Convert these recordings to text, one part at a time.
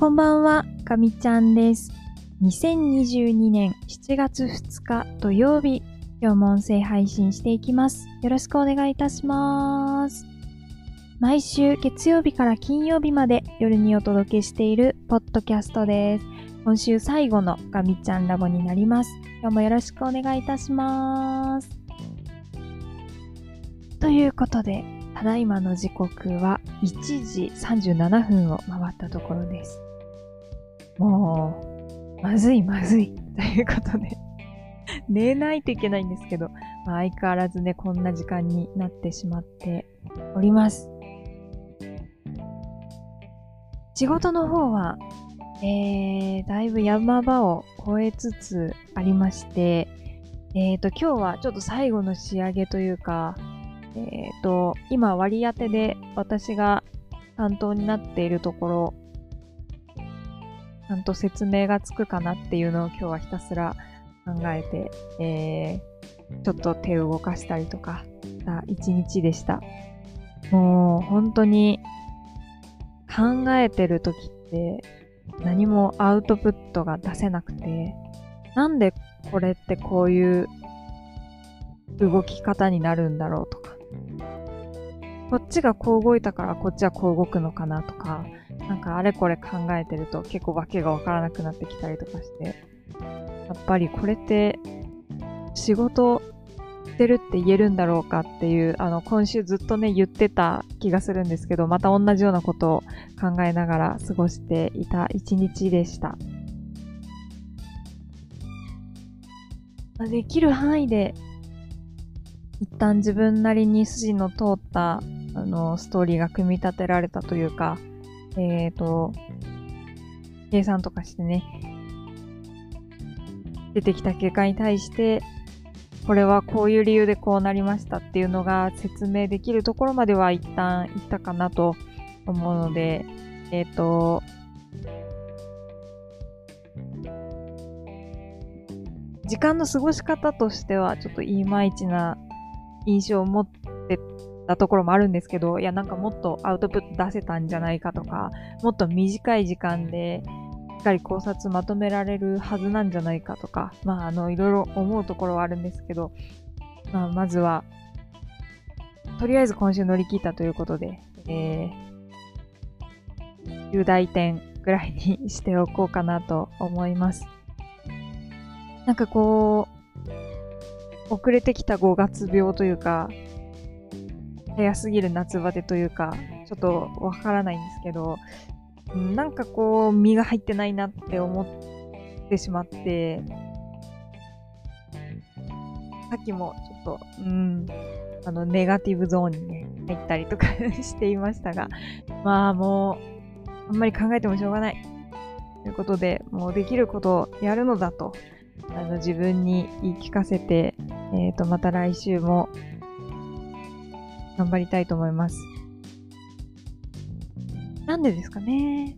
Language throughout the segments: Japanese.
こんばんは、かみちゃんです。2022年7月2日土曜日、今日も音声配信していきます。よろしくお願いいたします。毎週月曜日から金曜日まで夜にお届けしているポッドキャストです。今週最後のかみちゃんラボになります。今日もよろしくお願いいたします。ということで、ただいまの時刻は1時37分を回ったところです。もう、まずいということで寝ないといけないんですけど、相変わらずね、こんな時間になってしまっております。仕事の方は、だいぶ山場を越えつつありまして、今日はちょっと最後の仕上げというか、今割り当てで私が担当になっているところ、ちゃんと説明がつくかなっていうのを今日はひたすら考えて、ちょっと手を動かしたりとかした一日でした。もう本当に考えてる時って何もアウトプットが出せなくて、なんでこれってこういう動き方になるんだろうとか、こっちがこう動いたからこっちはこう動くのかなとか、なんかあれこれ考えてると結構わけがわからなくなってきたりとかして、やっぱりこれって仕事してるって言えるんだろうかっていう、今週ずっとね言ってた気がするんですけど、また同じようなことを考えながら過ごしていた一日でした。できる範囲で一旦自分なりに筋の通ったストーリーが組み立てられたというか、計算とかしてね、出てきた結果に対して、これはこういう理由でこうなりましたっていうのが説明できるところまでは一旦いったかなと思うので、時間の過ごし方としてはちょっといまいちな印象を持ってたところもあるんですけど、いやなんかもっとアウトプット出せたんじゃないかとか、もっと短い時間でしっかり考察まとめられるはずなんじゃないかとか、いろいろ思うところはあるんですけど、まずはとりあえず今週乗り切ったということで、重大点ぐらいにしておこうかなと思います。なんかこう遅れてきた5月病というか、早すぎる夏バテというか、ちょっとわからないんですけど、なんかこう、身が入ってないなって思ってしまって、さっきもちょっと、ネガティブゾーンにね、入ったりとかしていましたが、もう、あんまり考えてもしょうがない。ということで、もうできることをやるのだと、自分に言い聞かせて、また来週も、頑張りたいと思います。なんでですかね。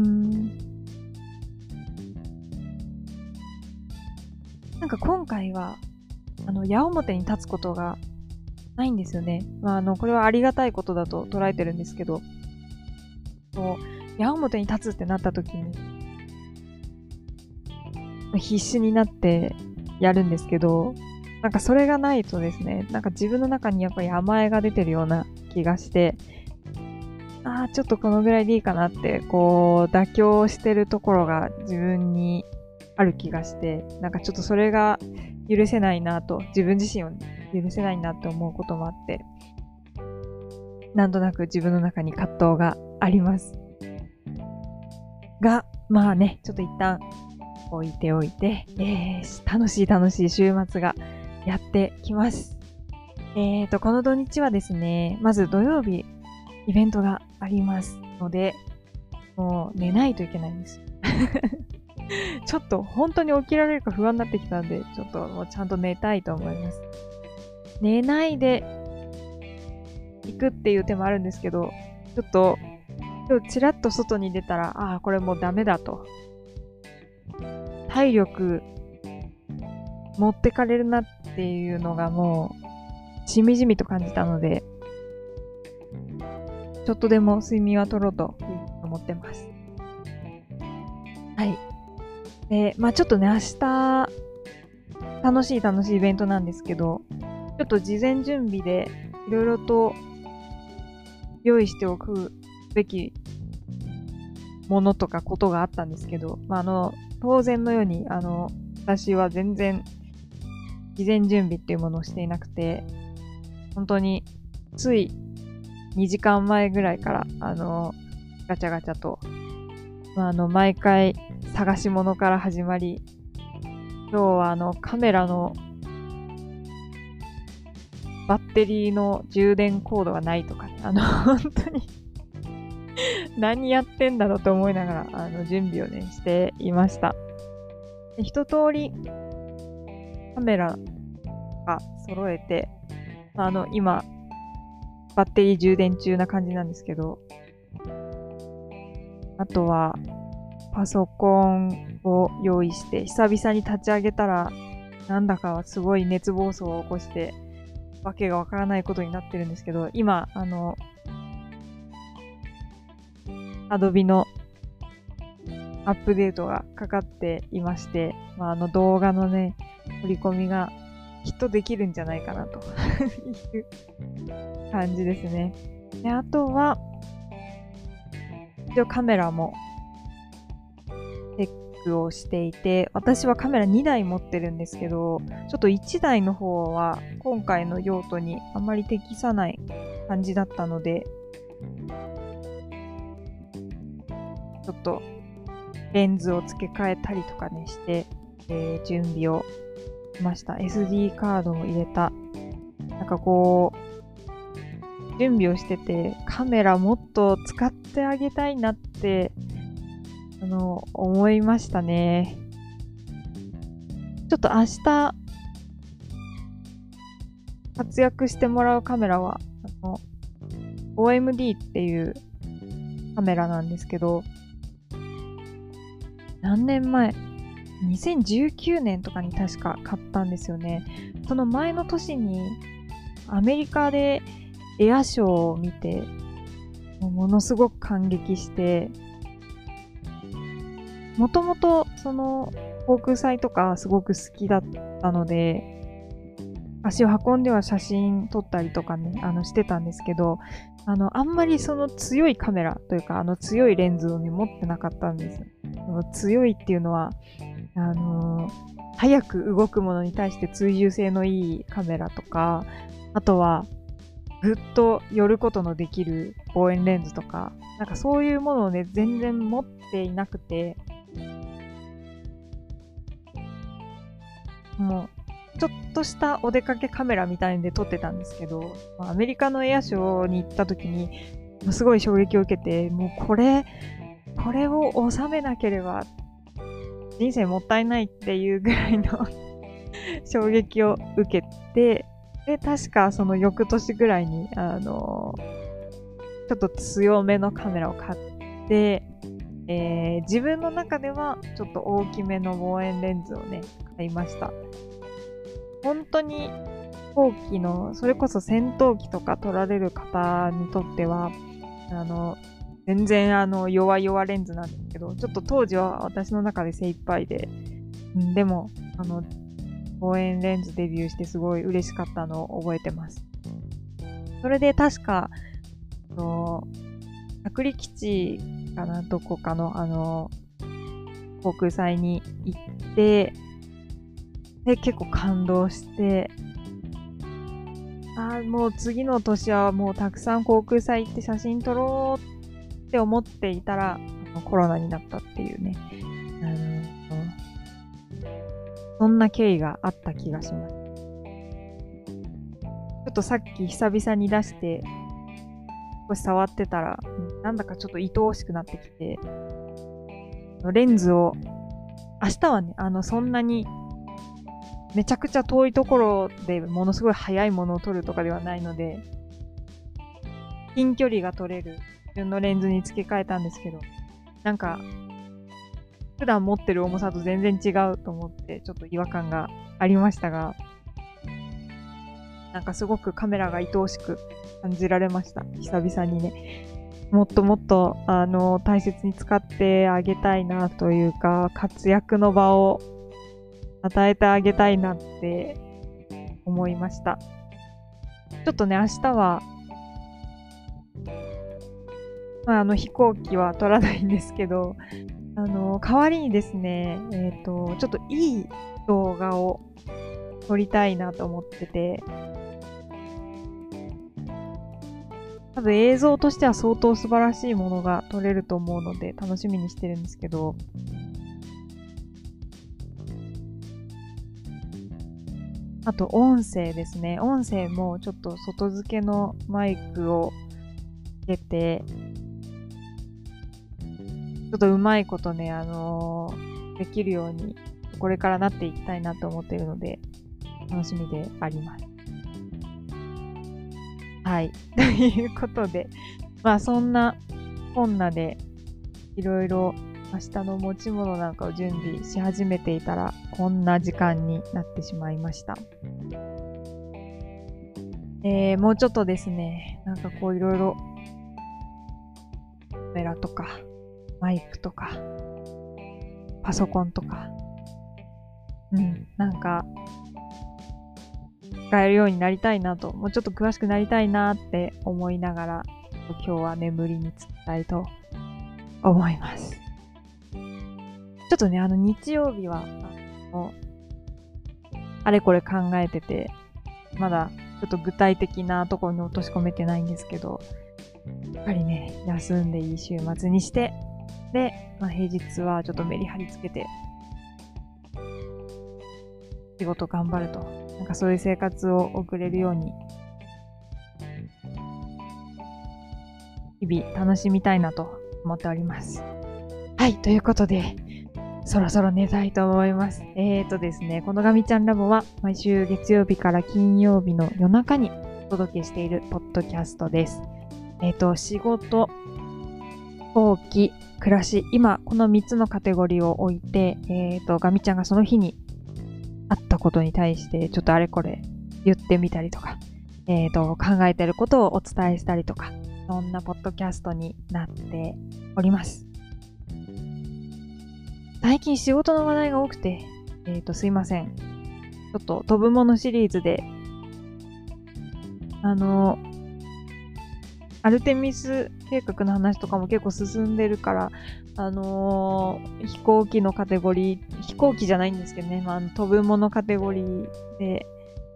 なんか今回は、矢面に立つことがないんですよね。これはありがたいことだと捉えてるんですけど、矢面に立つってなった時に、必死になってやるんですけど、なんかそれがないとですね、なんか自分の中にやっぱり甘えが出てるような気がして、ちょっとこのぐらいでいいかなって、こう、妥協してるところが自分にある気がして、なんかちょっとそれが許せないなと、自分自身を許せないなって思うこともあって、なんとなく自分の中に葛藤があります。が、ちょっと一旦置いておいて、楽しい週末がやってきます。この土日はですね、まず土曜日、イベントがありますので、もう寝ないといけないんです。ちょっと本当に起きられるか不安になってきたんで、ちょっともうちゃんと寝たいと思います。寝ないで行くっていう手もあるんですけど、ちょっと今日ちらっと外に出たら、これもうダメだと。体力持ってかれるなっていうのがもうしみじみと感じたので、ちょっとでも睡眠は取ろうと思ってます。 はい。で、ちょっとね、明日、楽しいイベントなんですけど、ちょっと事前準備でいろいろと用意しておくべきものとかことがあったんですけど、当然のように、私は全然事前準備っていうものをしていなくて、本当につい2時間前ぐらいから、ガチャガチャと、毎回探し物から始まり、今日はカメラのバッテリーの充電コードがないとかね、本当に何やってんだろうと思いながら、準備をね、していました。で一通りカメラが揃えて、今、バッテリー充電中な感じなんですけど、あとは、パソコンを用意して、久々に立ち上げたら、なんだかすごい熱暴走を起こして、わけがわからないことになってるんですけど、今、Adobe のアップデートがかかっていまして、動画のね、取り込みがきっとできるんじゃないかなという感じですね。で、あとは、一応カメラもチェックをしていて、私はカメラ2台持ってるんですけど、ちょっと1台の方は今回の用途にあまり適さない感じだったので、ちょっとレンズを付け替えたりとかねして、準備をしました。SD カードを入れた。なんかこう、準備をしてて、カメラもっと使ってあげたいなって、思いましたね。ちょっと明日、活躍してもらうカメラは、OMD っていうカメラなんですけど、何年前 ?2019 年とかに確か買ったんですよね。その前の年にアメリカでエアショーを見て、ものすごく感激して、もともとその航空祭とかすごく好きだったので、足を運んでは写真撮ったりとかね、してたんですけど、あんまりその強いカメラというか、強いレンズをね、持ってなかったんです。その強いっていうのは、早く動くものに対して追従性のいいカメラとか、あとは、ぐっと寄ることのできる望遠レンズとか、なんかそういうものをね、全然持っていなくて、もう、ちょっとしたお出かけカメラみたいんで撮ってたんですけど、アメリカのエアショーに行った時に、すごい衝撃を受けて、もうこれを収めなければ人生もったいないっていうぐらいの衝撃を受けて、で、確かその翌年ぐらいに、ちょっと強めのカメラを買って、自分の中ではちょっと大きめの望遠レンズをね、買いました。本当に飛行機の、それこそ戦闘機とか撮られる方にとっては、全然弱レンズなんですけど、ちょっと当時は私の中で精一杯で、でも、望遠レンズデビューしてすごい嬉しかったのを覚えてます。それで確か、隔離基地かな、どこかの、航空祭に行って、で、結構感動して、もう次の年はもうたくさん航空祭行って写真撮ろうって思っていたら、コロナになったっていうね。そんな経緯があった気がします。ちょっとさっき久々に出して、少し触ってたら、なんだかちょっと愛おしくなってきて、レンズを、明日はね、そんなに、めちゃくちゃ遠いところでものすごい速いものを撮るとかではないので、近距離が撮れる自分のレンズに付け替えたんですけど、なんか、普段持ってる重さと全然違うと思って、ちょっと違和感がありましたが、なんかすごくカメラが愛おしく感じられました。久々にね。 もっともっと、大切に使ってあげたいなというか、活躍の場を与えてあげたいなって思いました。ちょっとね、明日は、飛行機は取らないんですけど、代わりにですね、ちょっといい動画を撮りたいなと思ってて、多分映像としては相当素晴らしいものが撮れると思うので楽しみにしてるんですけど、あと音声ですね。音声もちょっと外付けのマイクをつけて、ちょっとうまいことね、できるようにこれからなっていきたいなと思っているので、楽しみであります。はい。ということで、そんなこんなでいろいろ明日の持ち物なんかを準備し始めていたら、こんな時間になってしまいました。もうちょっとですね、なんかこういろいろカメラとかマイクとかパソコンとか、なんか使えるようになりたいなと、もうちょっと詳しくなりたいなって思いながら、今日は眠りにつきたいと思います。ちょっとね、日曜日は、あれこれ考えてて、まだちょっと具体的なところに落とし込めてないんですけど、やっぱりね、休んでいい週末にして、で、平日はちょっとメリハリつけて、仕事頑張ると。なんかそういう生活を送れるように、日々楽しみたいなと思っております。はい、ということで、そろそろ寝たいと思います。ですね、このガミちゃんラボは毎週月曜日から金曜日の夜中にお届けしているポッドキャストです。仕事、飛行機、暮らし、今この3つのカテゴリーを置いて、ガミちゃんがその日にあったことに対してちょっとあれこれ言ってみたりとか、考えてることをお伝えしたりとか、そんなポッドキャストになっております。最近仕事の話題が多くて、すいません。ちょっと飛ぶものシリーズで、アルテミス計画の話とかも結構進んでるから、飛行機のカテゴリー、飛行機じゃないんですけどね、飛ぶものカテゴリーで、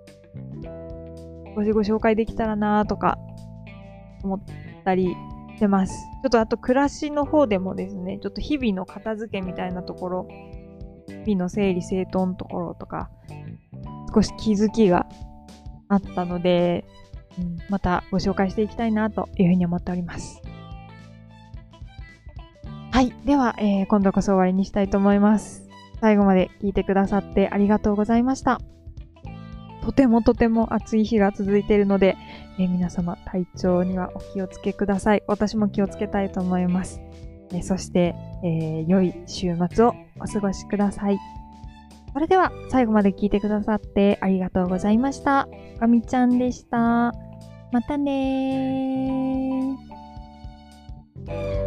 ご紹介できたらなとか思ったりしてます。ちょっとあと暮らしの方でもですね、ちょっと日々の片付けみたいなところ、日々の整理整頓のところとか、少し気づきがあったので、またご紹介していきたいなというふうに思っております。はい。では、今度こそ終わりにしたいと思います。最後まで聞いてくださってありがとうございました。とてもとても暑い日が続いているので、皆様体調にはお気をつけください。私も気をつけたいと思います。そして、良い週末をお過ごしください。それでは最後まで聞いてくださってありがとうございました。ガミちゃんでした。またねー。